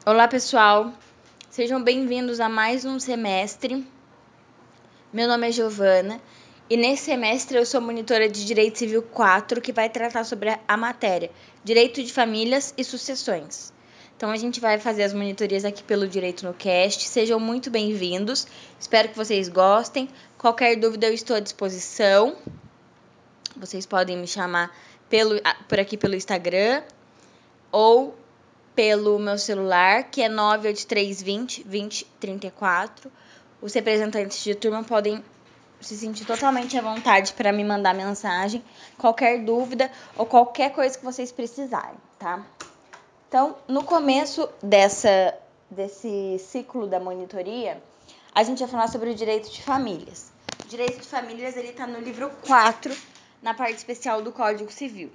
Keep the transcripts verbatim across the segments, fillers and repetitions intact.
Olá, pessoal. Sejam bem-vindos a mais um semestre. Meu nome é Giovana e nesse semestre eu sou monitora de Direito Civil quatro, que vai tratar sobre a matéria Direito de Famílias e Sucessões. Então, a gente vai fazer as monitorias aqui pelo Direito no Cast. Sejam muito bem-vindos. Espero que vocês gostem. Qualquer dúvida, eu estou à disposição. Vocês podem me chamar pelo, por aqui pelo Instagram ou pelo meu celular, que é nove oito três dois zero, dois zero três quatro. Os representantes de turma podem se sentir totalmente à vontade para me mandar mensagem, qualquer dúvida ou qualquer coisa que vocês precisarem, tá? Então, no começo dessa, desse ciclo da monitoria, a gente vai falar sobre o direito de famílias. O direito de famílias, ele tá no livro quatro, na parte especial do Código Civil.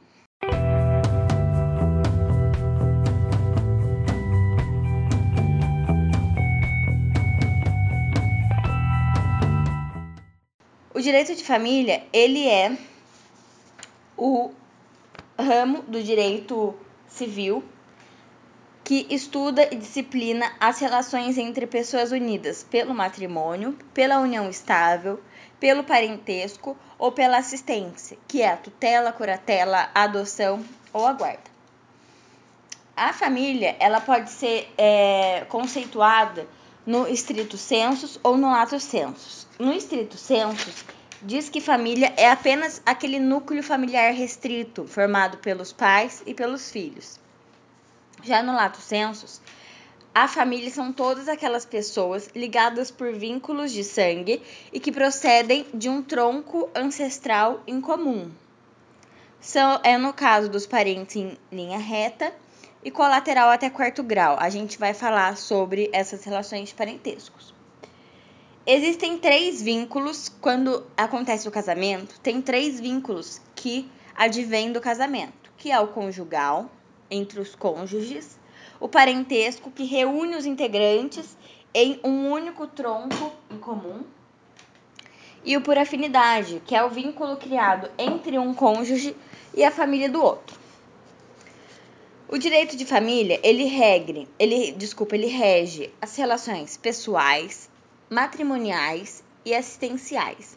O direito de família, ele é o ramo do direito civil que estuda e disciplina as relações entre pessoas unidas pelo matrimônio, pela união estável, pelo parentesco ou pela assistência, que é a tutela, curatela, a adoção ou a guarda. A família, ela pode ser é, conceituada no stricto sensus ou no lato sensus. No stricto sensus, diz que família é apenas aquele núcleo familiar restrito, formado pelos pais e pelos filhos. Já no lato sensus, a família são todas aquelas pessoas ligadas por vínculos de sangue e que procedem de um tronco ancestral em comum. São, é no caso dos parentes em linha reta e colateral até quarto grau. A gente vai falar sobre essas relações de parentescos. Existem três vínculos quando acontece o casamento. Tem três vínculos que advêm do casamento, que é o conjugal, entre os cônjuges, o parentesco, que reúne os integrantes em um único tronco em comum, e o por afinidade, que é o vínculo criado entre um cônjuge e a família do outro. O direito de família, ele regre, ele, desculpa, ele rege as relações pessoais, matrimoniais e assistenciais.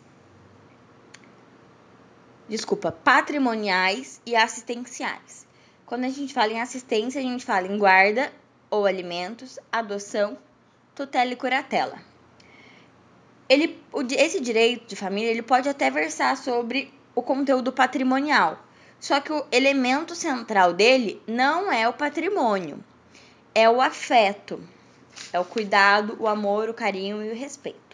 Desculpa, patrimoniais e assistenciais. Quando a gente fala em assistência, a gente fala em guarda ou alimentos, adoção, tutela e curatela. Ele, esse direito de família, ele pode até versar sobre o conteúdo patrimonial, só que o elemento central dele não é o patrimônio, é o afeto, é o cuidado, o amor, o carinho e o respeito.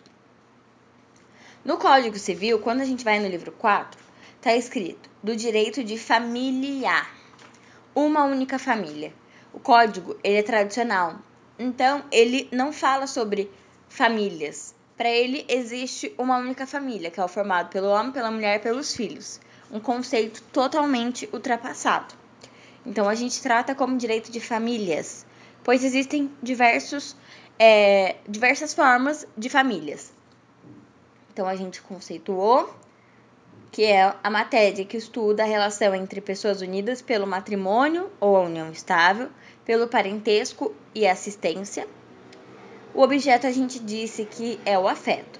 No Código Civil, quando a gente vai no livro quatro, está escrito do direito de família, uma única família. O código, ele é tradicional, então ele não fala sobre famílias. Para ele existe uma única família, que é o formado pelo homem, pela mulher e pelos filhos. Um conceito totalmente ultrapassado. Então a gente trata como direito de famílias, pois existem diversos, é, diversas formas de famílias. Então a gente conceituou que é a matéria que estuda a relação entre pessoas unidas pelo matrimônio ou a união estável, pelo parentesco e assistência. O objeto a gente disse que é o afeto.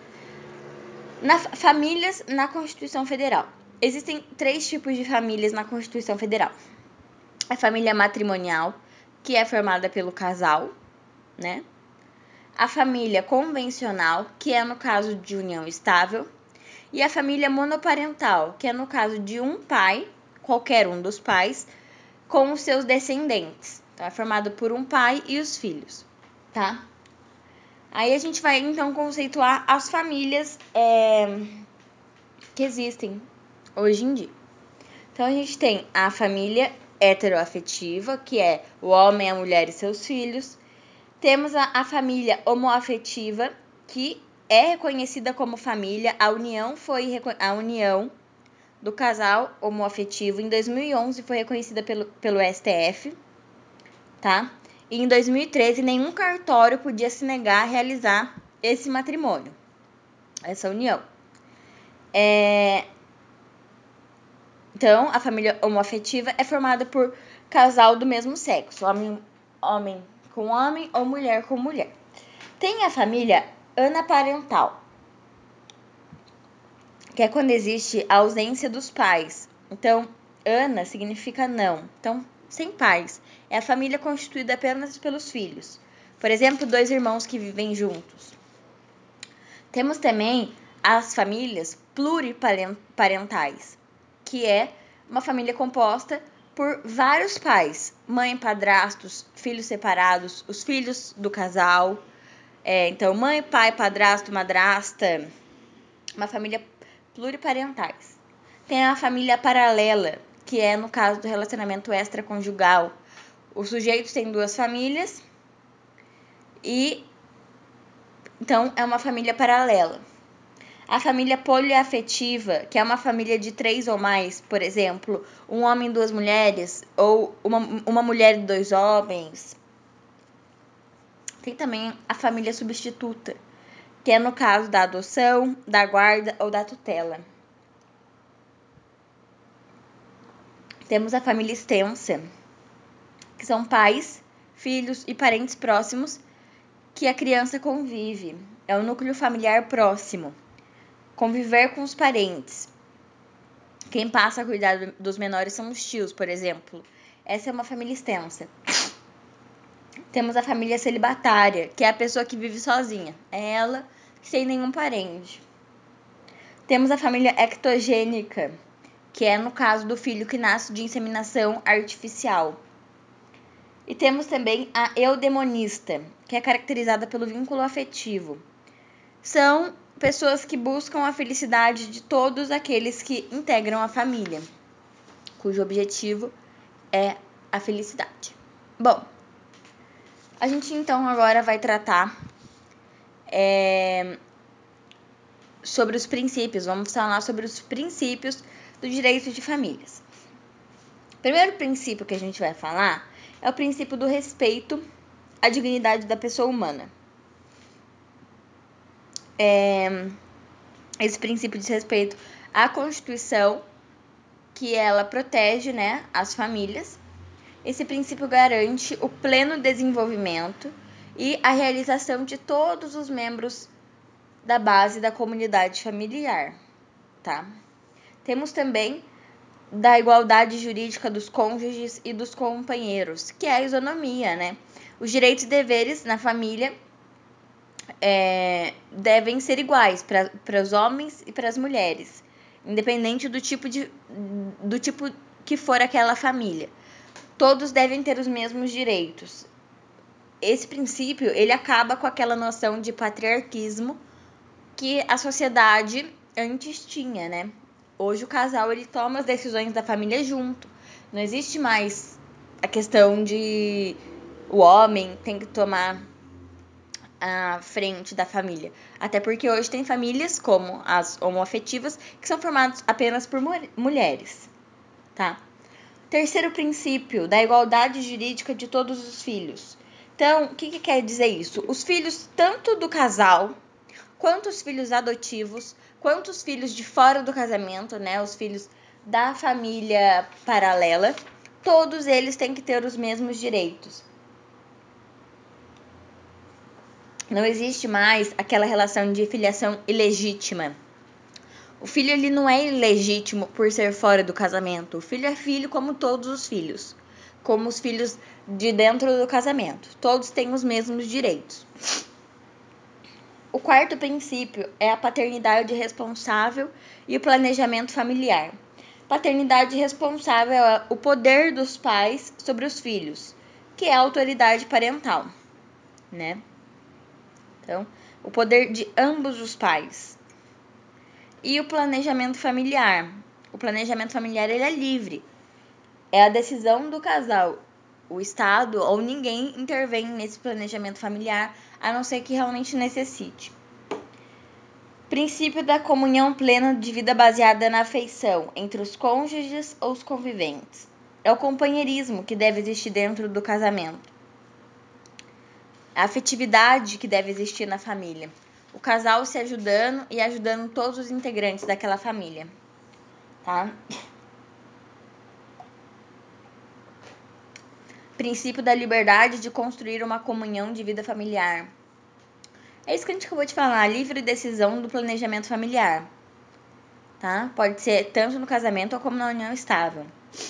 Na, famílias na Constituição Federal. Existem três tipos de famílias na Constituição Federal. A família matrimonial, que é formada pelo casal, né? A família convencional, que é no caso de união estável. E a família monoparental, que é no caso de um pai, qualquer um dos pais, com os seus descendentes. Então, é formado por um pai e os filhos, tá? Aí a gente vai, então, conceituar as famílias é, que existem hoje em dia. Então, a gente tem a família heteroafetiva, que é o homem, a mulher e seus filhos. Temos a, a família homoafetiva, que é reconhecida como família. A união foi a união do casal homoafetivo em dois mil e onze foi reconhecida pelo, pelo S T F, tá? E em dois mil e treze nenhum cartório podia se negar a realizar esse matrimônio, essa união. É... Então, a família homoafetiva é formada por casal do mesmo sexo, homem, homem com homem ou mulher com mulher. Tem a família anaparental, que é quando existe a ausência dos pais. Então, ana significa não. Então, sem pais. É a família constituída apenas pelos filhos. Por exemplo, dois irmãos que vivem juntos. Temos também as famílias pluriparentais, que é uma família composta por vários pais, mãe, padrastos, filhos separados, os filhos do casal. É, então, mãe, pai, padrasto, madrasta, uma família pluriparentais. Tem a família paralela, que é no caso do relacionamento extraconjugal. Os sujeitos têm duas famílias e então é uma família paralela. A família poliafetiva, que é uma família de três ou mais, por exemplo, um homem e duas mulheres, ou uma, uma mulher e dois homens. Tem também a família substituta, que é no caso da adoção, da guarda ou da tutela. Temos a família extensa, que são pais, filhos e parentes próximos que a criança convive. É o núcleo familiar próximo. Conviver com os parentes. Quem passa a cuidar dos menores são os tios, por exemplo. Essa é uma família extensa. Temos a família celibatária, que é a pessoa que vive sozinha. É ela sem nenhum parente. Temos a família ectogênica, que é no caso do filho que nasce de inseminação artificial. E temos também a eudemonista, que é caracterizada pelo vínculo afetivo. São pessoas que buscam a felicidade de todos aqueles que integram a família, cujo objetivo é a felicidade. Bom, a gente então agora vai tratar é, sobre os princípios, vamos falar sobre os princípios do direito de famílias. O primeiro princípio que a gente vai falar é o princípio do respeito à dignidade da pessoa humana. É, esse princípio diz respeito à Constituição, que ela protege, né, as famílias. Esse princípio garante o pleno desenvolvimento e a realização de todos os membros da base da comunidade familiar, tá? Temos também da igualdade jurídica dos cônjuges e dos companheiros, que é a isonomia, né? Os direitos e deveres na família é, devem ser iguais para os homens e para as mulheres, independente do tipo, de, do tipo que for aquela família. Todos devem ter os mesmos direitos. Esse princípio, ele acaba com aquela noção de patriarquismo que a sociedade antes tinha, né? Hoje o casal, ele toma as decisões da família junto. Não existe mais a questão de o homem tem que tomar à frente da família. Até porque hoje tem famílias como as homoafetivas que são formadas apenas por mulheres, tá? Terceiro princípio, da igualdade jurídica de todos os filhos. Então, o que, que quer dizer isso? Os filhos tanto do casal, quanto os filhos adotivos, quanto os filhos de fora do casamento, né? Os filhos da família paralela, todos eles têm que ter os mesmos direitos. Não existe mais aquela relação de filiação ilegítima. O filho, ele não é ilegítimo por ser fora do casamento. O filho é filho como todos os filhos. Como os filhos de dentro do casamento. Todos têm os mesmos direitos. O quarto princípio é a paternidade responsável e o planejamento familiar. Paternidade responsável é o poder dos pais sobre os filhos, que é a autoridade parental, né? Então, o poder de ambos os pais. E o planejamento familiar. O planejamento familiar, ele é livre. É a decisão do casal. O Estado ou ninguém intervém nesse planejamento familiar, a não ser que realmente necessite. Princípio da comunhão plena de vida baseada na afeição entre os cônjuges ou os conviventes. É o companheirismo que deve existir dentro do casamento. A afetividade que deve existir na família. O casal se ajudando e ajudando todos os integrantes daquela família, tá? Princípio da liberdade de construir uma comunhão de vida familiar. É isso que a gente acabou de falar, livre decisão do planejamento familiar. Tá? Pode ser tanto no casamento como na união estável.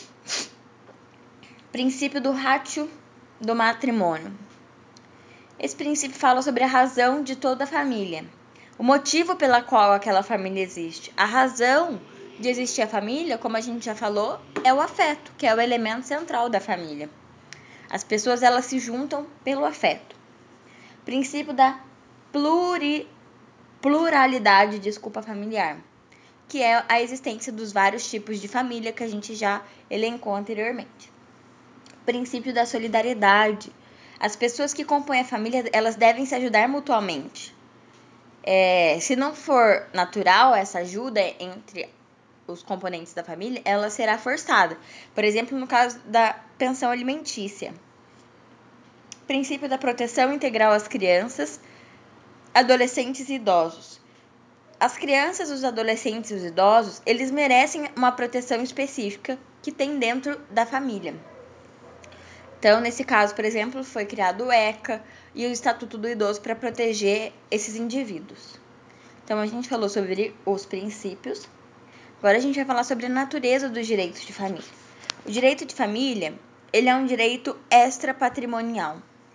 Princípio do ratio do matrimônio. Esse princípio fala sobre a razão de toda a família, o motivo pela qual aquela família existe. A razão de existir a família, como a gente já falou, é o afeto, que é o elemento central da família. As pessoas, elas se juntam pelo afeto. Princípio da pluri, pluralidade, desculpa, familiar, que é a existência dos vários tipos de família que a gente já elencou anteriormente. Princípio da solidariedade. As pessoas que compõem a família, elas devem se ajudar mutuamente. É, se não for natural essa ajuda entre os componentes da família, ela será forçada. Por exemplo, no caso da pensão alimentícia. Princípio da proteção integral às crianças, adolescentes e idosos. As crianças, os adolescentes e os idosos, eles merecem uma proteção específica que tem dentro da família. Então, nesse caso, por exemplo, foi criado o ECA e o Estatuto do Idoso para proteger esses indivíduos. Então, a gente falou sobre os princípios. Agora, a gente vai falar sobre a natureza dos direitos de família. O direito de família, ele é um direito extrapatrimonial.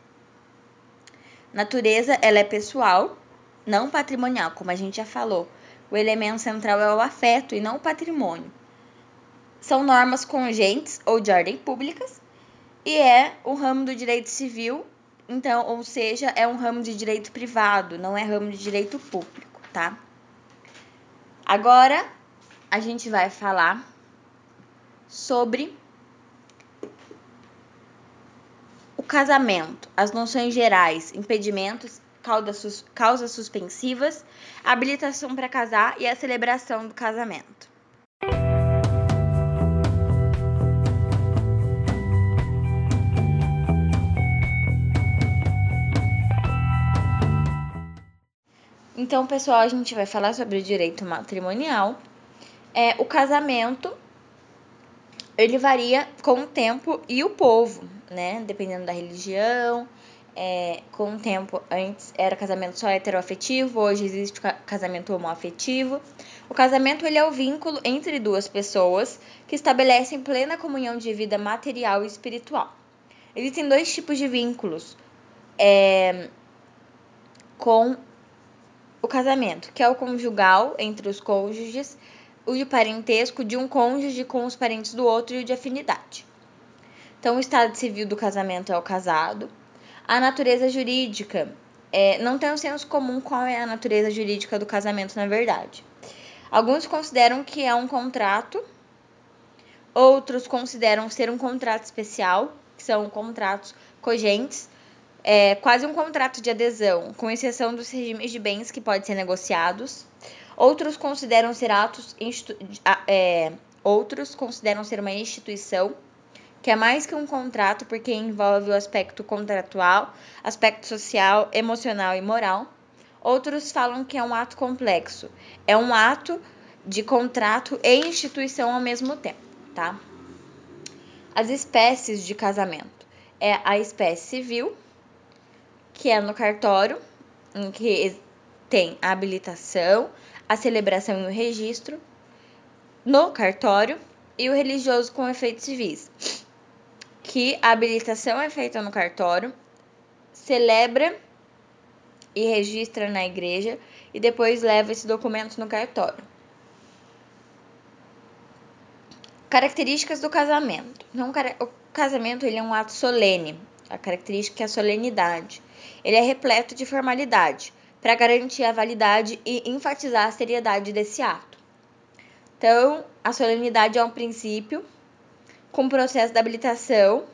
Natureza, ela é pessoal, não patrimonial, como a gente já falou. O elemento central é o afeto e não o patrimônio. São normas congentes ou de ordem públicas e é o ramo do direito civil, então, ou seja, é um ramo de direito privado, não é ramo de direito público, tá? Agora, a gente vai falar sobre o casamento, as noções gerais, impedimentos, causas suspensivas, habilitação para casar e a celebração do casamento. Então, pessoal, a gente vai falar sobre o direito matrimonial. É, o casamento, ele varia com o tempo e o povo, né? Dependendo da religião. É, com o tempo, antes era casamento só heteroafetivo, hoje existe casamento homoafetivo. O casamento, ele é o vínculo entre duas pessoas que estabelecem plena comunhão de vida material e espiritual. Existem dois tipos de vínculos é, com o casamento, que é o conjugal entre os cônjuges, o de parentesco de um cônjuge com os parentes do outro e o de afinidade. Então, o estado civil do casamento é o casado. A natureza jurídica, é, não tem um senso comum qual é a natureza jurídica do casamento, na verdade. Alguns consideram que é um contrato, outros consideram ser um contrato especial, que são contratos cogentes, é, quase um contrato de adesão, com exceção dos regimes de bens que podem ser negociados. Outros consideram ser atos, é, outros consideram ser uma instituição, que é mais que um contrato, porque envolve o aspecto contratual, aspecto social, emocional e moral. Outros falam que é um ato complexo. É um ato de contrato e instituição ao mesmo tempo, tá? As espécies de casamento. É a espécie civil, que é no cartório, em que tem a habilitação, a celebração e o registro no cartório, e o religioso com efeitos civis, que a habilitação é feita no cartório, celebra e registra na igreja e depois leva esse documento no cartório. Características do casamento. Então, o casamento, ele é um ato solene. A característica é a solenidade. Ele é repleto de formalidade para garantir a validade e enfatizar a seriedade desse ato. Então, a solenidade é um princípio com o processo da habilitação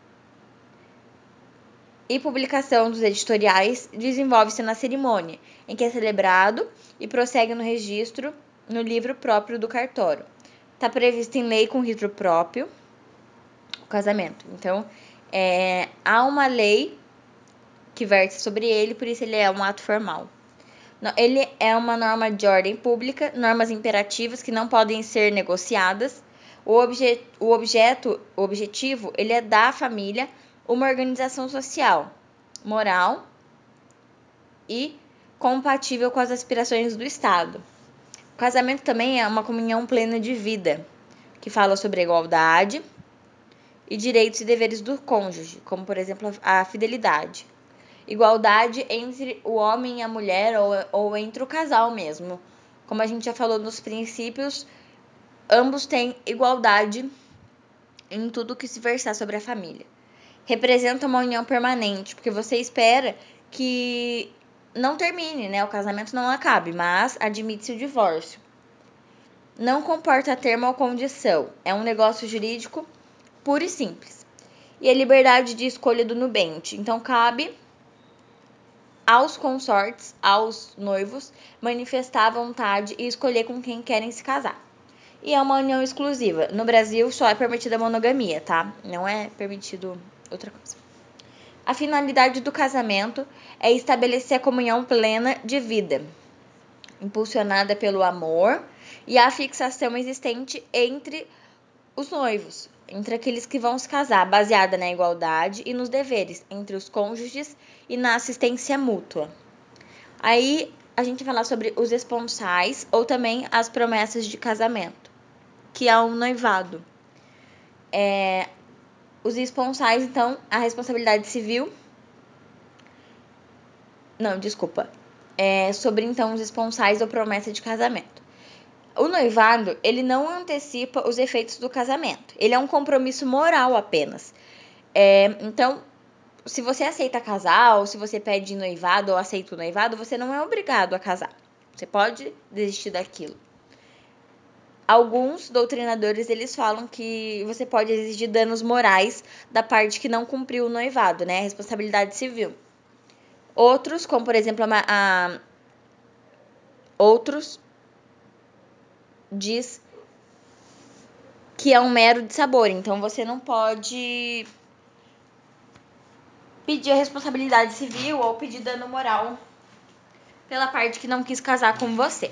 e publicação dos editoriais desenvolve-se na cerimônia, em que é celebrado e prossegue no registro no livro próprio do cartório. Está previsto em lei com rito próprio o casamento. Então, é, há uma lei que verte sobre ele, por isso ele é um ato formal. Ele é uma norma de ordem pública, normas imperativas que não podem ser negociadas. O, obje, o objeto, o objetivo, ele é da família uma organização social, moral e compatível com as aspirações do Estado. O casamento também é uma comunhão plena de vida, que fala sobre a igualdade e direitos e deveres do cônjuge, como, por exemplo, a fidelidade. Igualdade entre o homem e a mulher ou, ou entre o casal mesmo. Como a gente já falou nos princípios, ambos têm igualdade em tudo que se versar sobre a família. Representa uma união permanente, porque você espera que não termine, né? O casamento não acabe, mas admite-se o divórcio. Não comporta termo ou condição. É um negócio jurídico puro e simples. E a liberdade de escolha do nubente. Então, cabe aos consortes, aos noivos, manifestar a vontade e escolher com quem querem se casar. E é uma união exclusiva. No Brasil, só é permitida a monogamia, tá? Não é permitido outra coisa. A finalidade do casamento é estabelecer a comunhão plena de vida, impulsionada pelo amor e a fixação existente entre os noivos, entre aqueles que vão se casar, baseada na igualdade e nos deveres entre os cônjuges e na assistência mútua. Aí a gente vai falar sobre os esponsais ou também as promessas de casamento, que é um noivado. É, os esponsais, então, a responsabilidade civil. Não, desculpa. É sobre, então, os esponsais ou promessa de casamento. O noivado, ele não antecipa os efeitos do casamento. Ele é um compromisso moral apenas. É, então, se você aceita casar, ou se você pede noivado ou aceita o noivado, você não é obrigado a casar. Você pode desistir daquilo. Alguns doutrinadores, eles falam que você pode exigir danos morais da parte que não cumpriu o noivado, né? Responsabilidade civil. Outros, como por exemplo, a, a outros diz que é um mero dissabor, então você não pode pedir a responsabilidade civil ou pedir dano moral pela parte que não quis casar com você.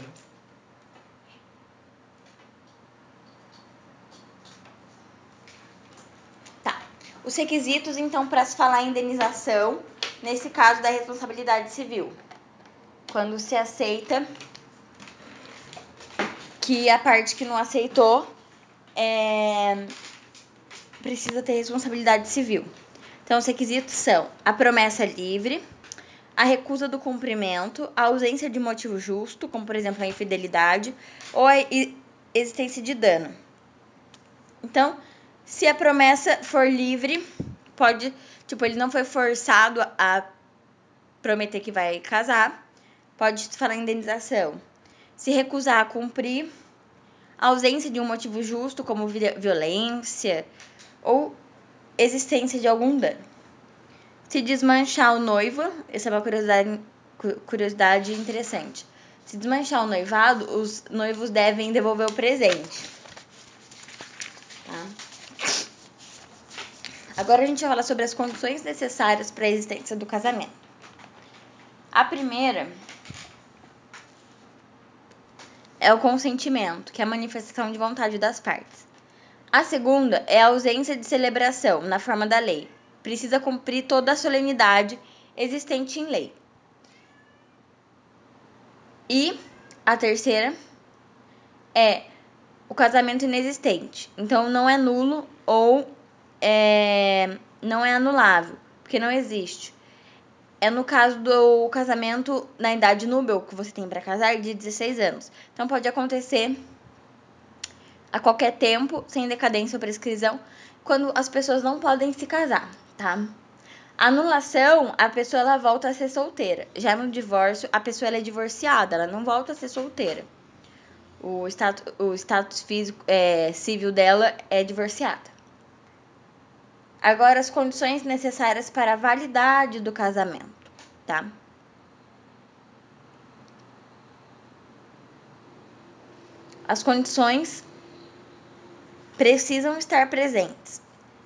Tá. Os requisitos, então, para se falar em indenização, nesse caso da responsabilidade civil. Quando se aceita que a parte que não aceitou é, precisa ter responsabilidade civil. Então, os requisitos são a promessa livre, a recusa do cumprimento, a ausência de motivo justo, como por exemplo a infidelidade, ou a existência de dano. Então, se a promessa for livre, pode, tipo, ele não foi forçado a prometer que vai casar, pode se falar em indenização. Se recusar a cumprir, a ausência de um motivo justo, como violência ou existência de algum dano. Se desmanchar o noivo, essa é uma curiosidade, curiosidade interessante. Se desmanchar o noivado, os noivos devem devolver o presente. Tá? Agora a gente vai falar sobre as condições necessárias para a existência do casamento. A primeira é o consentimento, que é a manifestação de vontade das partes. A segunda é a ausência de celebração, na forma da lei. Precisa cumprir toda a solenidade existente em lei. E a terceira é o casamento inexistente. Então, não é nulo ou é, não é anulável, porque não existe. É no caso do casamento na idade núbil que você tem para casar de dezesseis anos. Então, pode acontecer a qualquer tempo, sem decadência ou prescrição, quando as pessoas não podem se casar, tá? Anulação, a pessoa ela volta a ser solteira. Já no divórcio, a pessoa ela é divorciada, ela não volta a ser solteira. O status, o status físico, é, civil dela é divorciada. Agora, as condições necessárias para a validade do casamento, tá? As condições precisam estar presentes.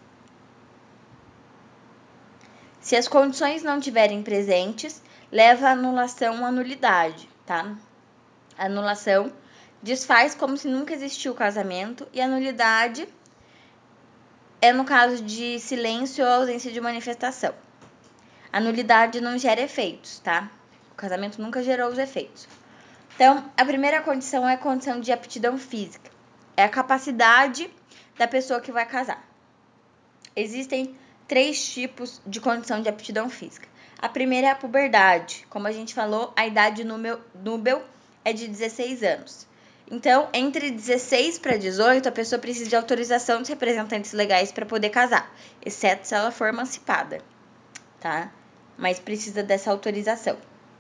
Se as condições não estiverem presentes, leva a anulação à nulidade, tá? A anulação desfaz como se nunca existiu o casamento e a nulidade é no caso de silêncio ou ausência de manifestação. A nulidade não gera efeitos, tá? O casamento nunca gerou os efeitos. Então, a primeira condição é a condição de aptidão física. É a capacidade da pessoa que vai casar. Existem três tipos de condição de aptidão física. A primeira é a puberdade. Como a gente falou, a idade núbil é de dezesseis anos. Então, entre dezesseis para dezoito, a pessoa precisa de autorização dos representantes legais para poder casar, exceto se ela for emancipada, tá? Mas precisa dessa autorização.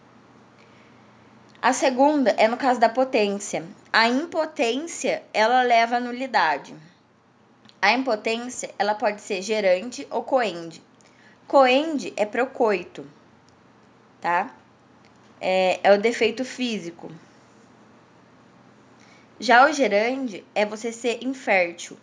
A segunda é no caso da potência. A impotência, ela leva à nulidade. A impotência, ela pode ser gerante ou coende. Coende é pro coito, tá? É, é o defeito físico. Já o gerande é você ser infértil.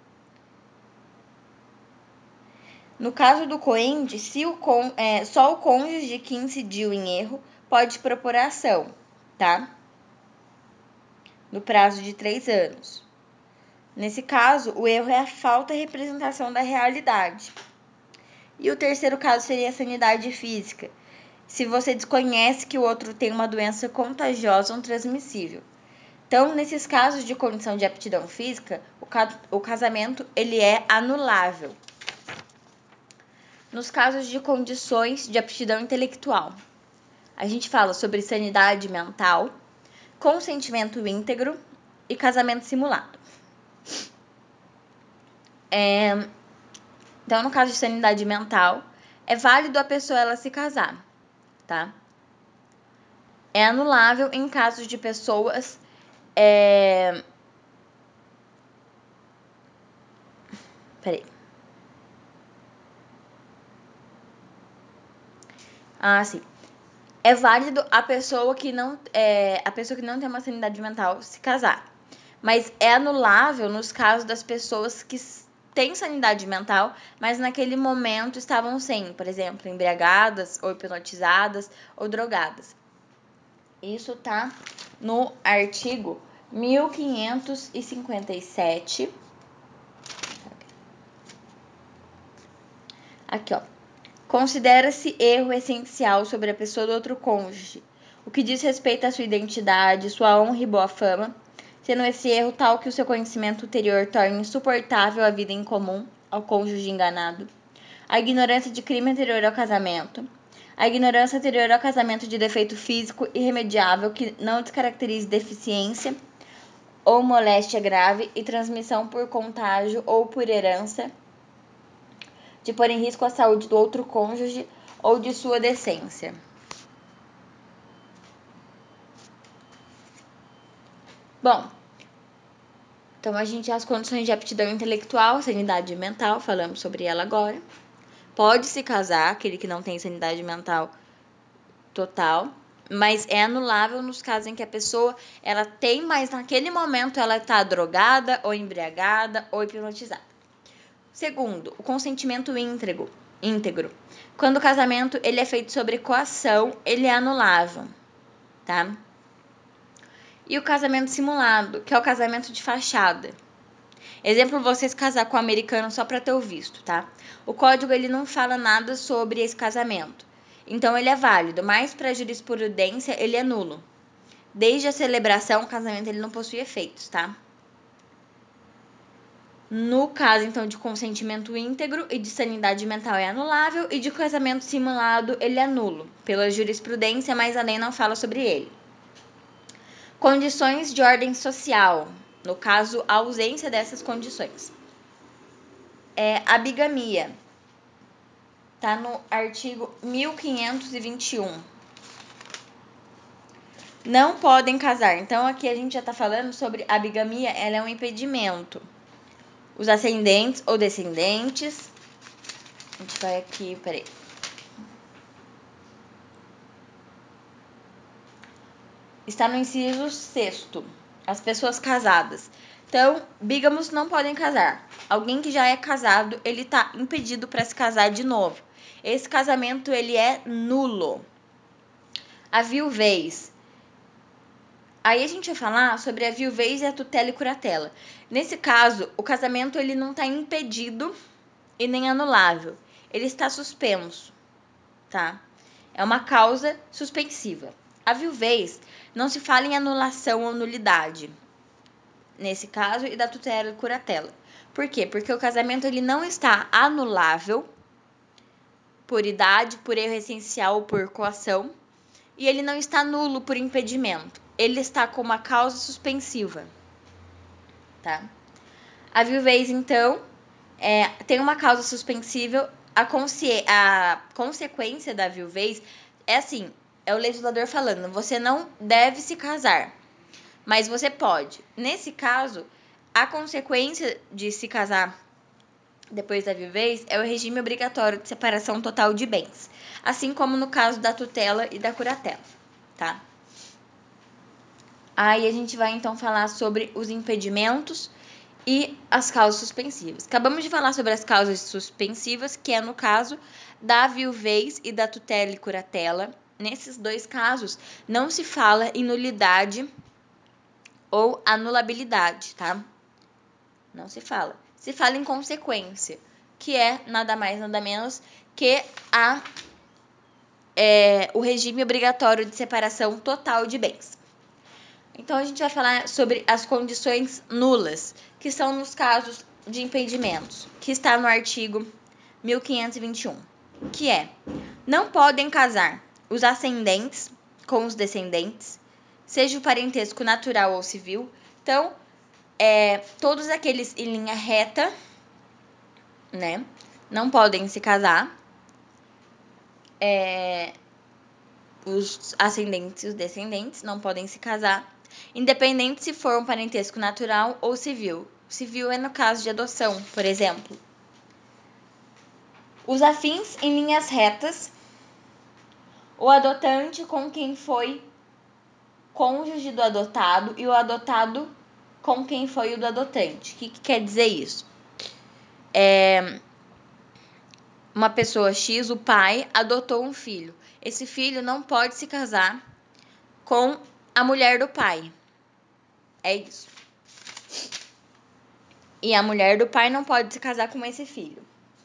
No caso do coende, se o con, é, só o cônjuge que incidiu em erro pode propor a ação, tá? No prazo de três anos. Nesse caso, o erro é a falta de representação da realidade. E o terceiro caso seria a sanidade física. Se você desconhece que o outro tem uma doença contagiosa ou transmissível. Então, nesses casos de condição de aptidão física, o, ca o casamento ele é anulável. Nos casos de condições de aptidão intelectual, a gente fala sobre sanidade mental, consentimento íntegro e casamento simulado. É, então, no caso de sanidade mental, é válido a pessoa ela se casar, tá? É anulável em casos de pessoas é... Peraí. Ah, sim. É válido a pessoa que não é, a pessoa que não tem uma sanidade mental se casar. Mas é anulável nos casos das pessoas que têm sanidade mental, mas naquele momento estavam sem, por exemplo, embriagadas ou hipnotizadas ou drogadas. Isso tá no artigo mil quinhentos e cinquenta e sete. Aqui, ó. Considera-se erro essencial sobre a pessoa do outro cônjuge, o que diz respeito à sua identidade, sua honra e boa fama, sendo esse erro tal que o seu conhecimento ulterior torne insuportável a vida em comum ao cônjuge enganado, a ignorância de crime anterior ao casamento, a ignorância anterior ao casamento de defeito físico irremediável que não descaracterize deficiência ou moléstia grave e transmissão por contágio ou por herança, de pôr em risco a saúde do outro cônjuge ou de sua decência. Bom, então a gente as condições de aptidão intelectual, sanidade mental, falamos sobre ela agora. Pode se casar, aquele que não tem sanidade mental total, mas é anulável nos casos em que a pessoa ela tem, mas naquele momento ela está drogada ou embriagada ou hipnotizada. Segundo, o consentimento íntegro. íntegro. Quando o casamento ele é feito sobre coação, ele é anulável, tá? E o casamento simulado, que é o casamento de fachada. Exemplo, vocês casar com um americano só para ter o visto, tá? O código ele não fala nada sobre esse casamento. Então ele é válido, mas para a jurisprudência ele é nulo. Desde a celebração, o casamento ele não possui efeitos, tá? No caso, então, de consentimento íntegro e de sanidade mental é anulável, e de casamento simulado ele é nulo, pela jurisprudência, mas a lei não fala sobre ele. Condições de ordem social, no caso, a ausência dessas condições. É a bigamia, tá no artigo mil quinhentos e vinte e um. Não podem casar. Então, aqui a gente já tá falando sobre a bigamia, ela é um impedimento. Os ascendentes ou descendentes. A gente vai aqui, peraí. Está no inciso sexto. As pessoas casadas. Então, bígamos não podem casar. Alguém que já é casado, ele tá impedido para se casar de novo. Esse casamento, ele é nulo. A viuvez. Aí a gente vai falar sobre a viuvez e a tutela e curatela. Nesse caso, o casamento ele não está impedido e nem anulável. Ele está suspenso, tá? É uma causa suspensiva. A viuvez não se fala em anulação ou nulidade, nesse caso, e da tutela e curatela. Por quê? Porque o casamento ele não está anulável por idade, por erro essencial ou por coação, e ele não está nulo por impedimento. Ele está com uma causa suspensiva, tá? A viuvez, então, é, tem uma causa suspensiva. A, consci... a consequência da viuvez é assim, é o legislador falando, você não deve se casar, mas você pode. Nesse caso, a consequência de se casar depois da viuvez é o regime obrigatório de separação total de bens, assim como no caso da tutela e da curatela, tá? Aí a gente vai então falar sobre os impedimentos e as causas suspensivas. Acabamos de falar sobre as causas suspensivas, que é no caso da viuvez e da tutela e curatela. Nesses dois casos, não se fala em nulidade ou anulabilidade, tá? Não se fala. Se fala em consequência, que é nada mais, nada menos que a, é, o regime obrigatório de separação total de bens. Então, a gente vai falar sobre as condições nulas, que são nos casos de impedimentos, que está no artigo mil quinhentos e vinte e um, que é: não podem casar os ascendentes com os descendentes, seja o parentesco natural ou civil. Então, é, todos aqueles em linha reta, né, não podem se casar. É, os ascendentes e os descendentes não podem se casar, independente se for um parentesco natural ou civil. Civil é no caso de adoção, por exemplo. Os afins em linhas retas, o adotante com quem foi cônjuge do adotado e o adotado com quem foi o do adotante. O que, que quer dizer isso? É, uma pessoa X, o pai, adotou um filho. Esse filho não pode se casar com a mulher do pai. É isso. E a mulher do pai não pode se casar com esse filho.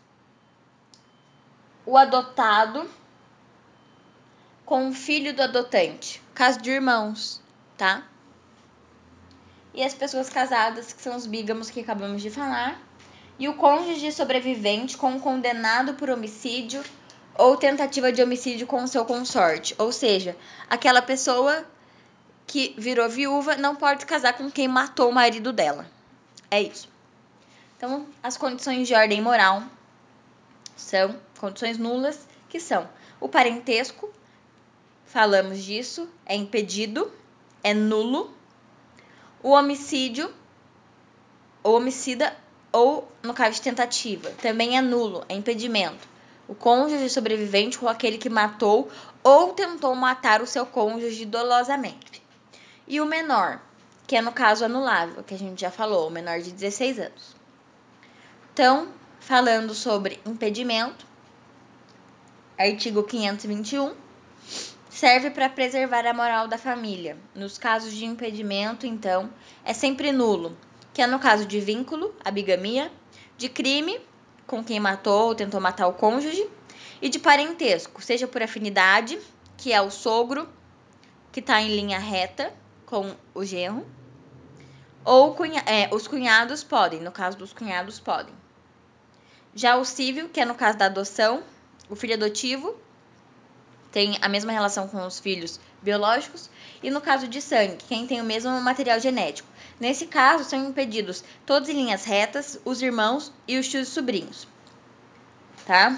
O adotado com o filho do adotante. Caso de irmãos, tá? E as pessoas casadas, que são os bígamos que acabamos de falar. E o cônjuge sobrevivente com o condenado por homicídio ou tentativa de homicídio com o seu consorte. Ou seja, aquela pessoa que virou viúva não pode se casar com quem matou o marido dela. É isso. Então, as condições de ordem moral são condições nulas, que são o parentesco, falamos disso, é impedido, é nulo. O homicídio, o homicida ou, no caso de tentativa, também é nulo, é impedimento. O cônjuge sobrevivente ou aquele que matou ou tentou matar o seu cônjuge dolosamente. E o menor, que é no caso anulável, que a gente já falou, o menor de dezesseis anos. Então, falando sobre impedimento, artigo quinhentos e vinte e um, serve para preservar a moral da família. Nos casos de impedimento, então, é sempre nulo, que é no caso de vínculo, a bigamia, de crime, com quem matou ou tentou matar o cônjuge, e de parentesco, seja por afinidade, que é o sogro, que está em linha reta com o genro, ou cunha- é, os cunhados podem, no caso dos cunhados podem. Já o cível, que é no caso da adoção, o filho adotivo tem a mesma relação com os filhos biológicos, e no caso de sangue, quem tem o mesmo material genético. Nesse caso, são impedidos todos em linhas retas, os irmãos e os tios e sobrinhos. Tá?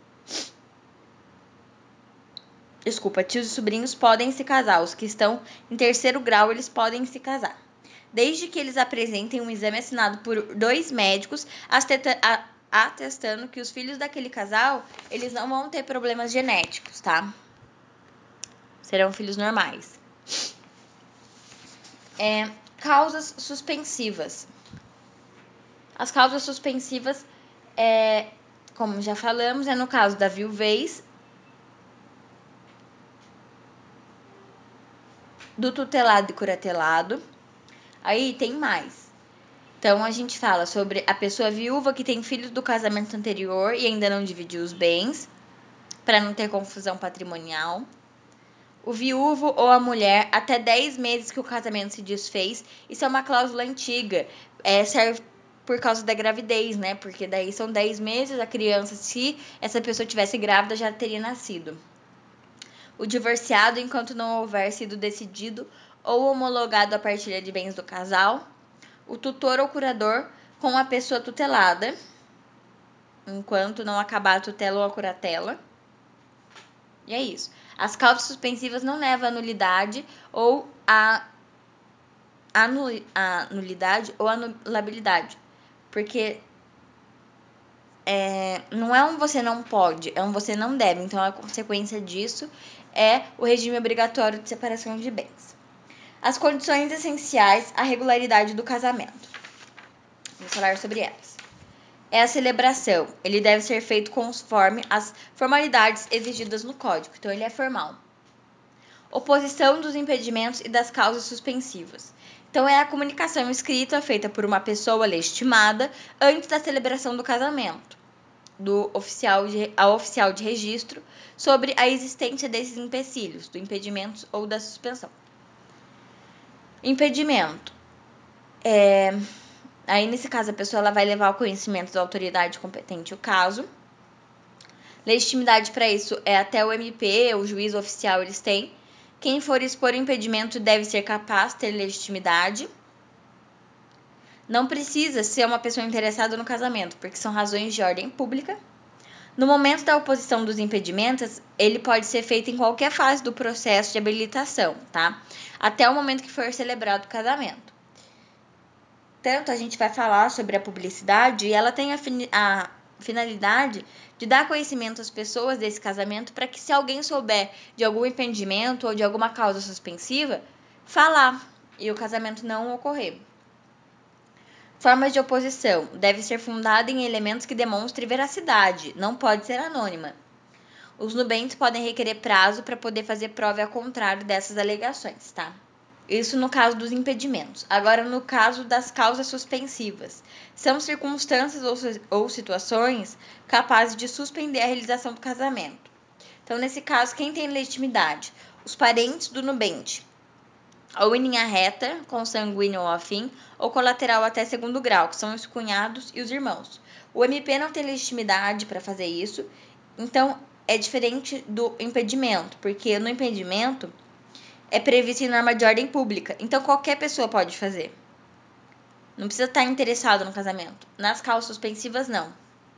Desculpa, tios e sobrinhos podem se casar. Os que estão em terceiro grau, eles podem se casar, desde que eles apresentem um exame assinado por dois médicos atestando que os filhos daquele casal, eles não vão ter problemas genéticos, tá? Serão filhos normais. É, causas suspensivas. As causas suspensivas, é, como já falamos, é no caso da viuvez, do tutelado e curatelado. Aí tem mais. Então, a gente fala sobre a pessoa viúva que tem filhos do casamento anterior e ainda não dividiu os bens, para não ter confusão patrimonial. O viúvo ou a mulher até dez meses que o casamento se desfez. Isso é uma cláusula antiga. É, serve por causa da gravidez, né? Porque daí são dez meses, a criança, se essa pessoa tivesse grávida, já teria nascido. O divorciado, enquanto não houver sido decidido ou homologado a partilha de bens do casal. O tutor ou curador com a pessoa tutelada, enquanto não acabar a tutela ou a curatela. E é isso. As causas suspensivas não levam a nulidade ou a, anul, a nulidade ou anulabilidade. Porque é, não é um você não pode, é um você não deve. Então, a consequência disso é o regime obrigatório de separação de bens. As condições essenciais à regularidade do casamento. Vamos falar sobre elas. É a celebração. Ele deve ser feito conforme as formalidades exigidas no Código. Então, ele é formal. Oposição dos impedimentos e das causas suspensivas. Então, é a comunicação escrita feita por uma pessoa legitimada antes da celebração do casamento, do oficial de, ao oficial de registro, sobre a existência desses empecilhos, do impedimento ou da suspensão. Impedimento. É, aí, nesse caso, a pessoa ela vai levar ao conhecimento da autoridade competente o caso. Legitimidade para isso é até o M P, o juiz oficial, eles têm. Quem for expor o impedimento deve ser capaz de ter legitimidade. Não precisa ser uma pessoa interessada no casamento, porque são razões de ordem pública. No momento da oposição dos impedimentos, ele pode ser feito em qualquer fase do processo de habilitação, tá? Até o momento que for celebrado o casamento. Tanto a gente vai falar sobre a publicidade e ela tem a, a finalidade de dar conhecimento às pessoas desse casamento para que, se alguém souber de algum impedimento ou de alguma causa suspensiva, falar e o casamento não ocorrer. Formas de oposição. Deve ser fundada em elementos que demonstrem veracidade, não pode ser anônima. Os nubentes podem requerer prazo para poder fazer prova ao contrário dessas alegações, tá? Isso no caso dos impedimentos. Agora, no caso das causas suspensivas. São circunstâncias ou, ou situações capazes de suspender a realização do casamento. Então, nesse caso, quem tem legitimidade? Os parentes do nubente, ou em linha reta, consanguíneo ou afim, ou colateral até segundo grau, que são os cunhados e os irmãos. O M P não tem legitimidade para fazer isso, então é diferente do impedimento, porque no impedimento é previsto em norma de ordem pública, então qualquer pessoa pode fazer. Não precisa estar interessado no casamento. Nas causas suspensivas, não.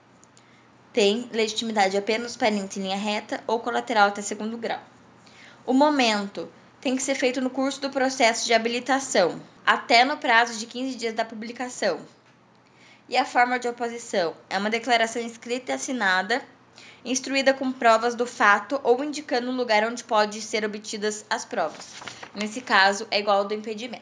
Tem legitimidade apenas os parentes em linha reta ou colateral até segundo grau. O momento tem que ser feito no curso do processo de habilitação, até no prazo de quinze dias da publicação. E a forma de oposição é uma declaração escrita e assinada, instruída com provas do fato ou indicando o lugar onde pode ser obtidas as provas. Nesse caso, é igual ao do impedimento.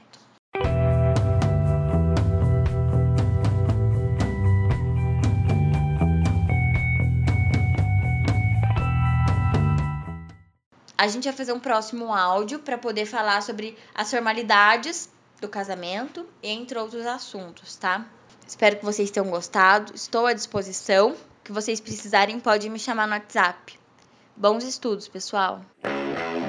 A gente vai fazer um próximo áudio para poder falar sobre as formalidades do casamento, entre outros assuntos, tá? Espero que vocês tenham gostado. Estou à disposição. O que vocês precisarem, podem me chamar no WhatsApp. Bons estudos, pessoal!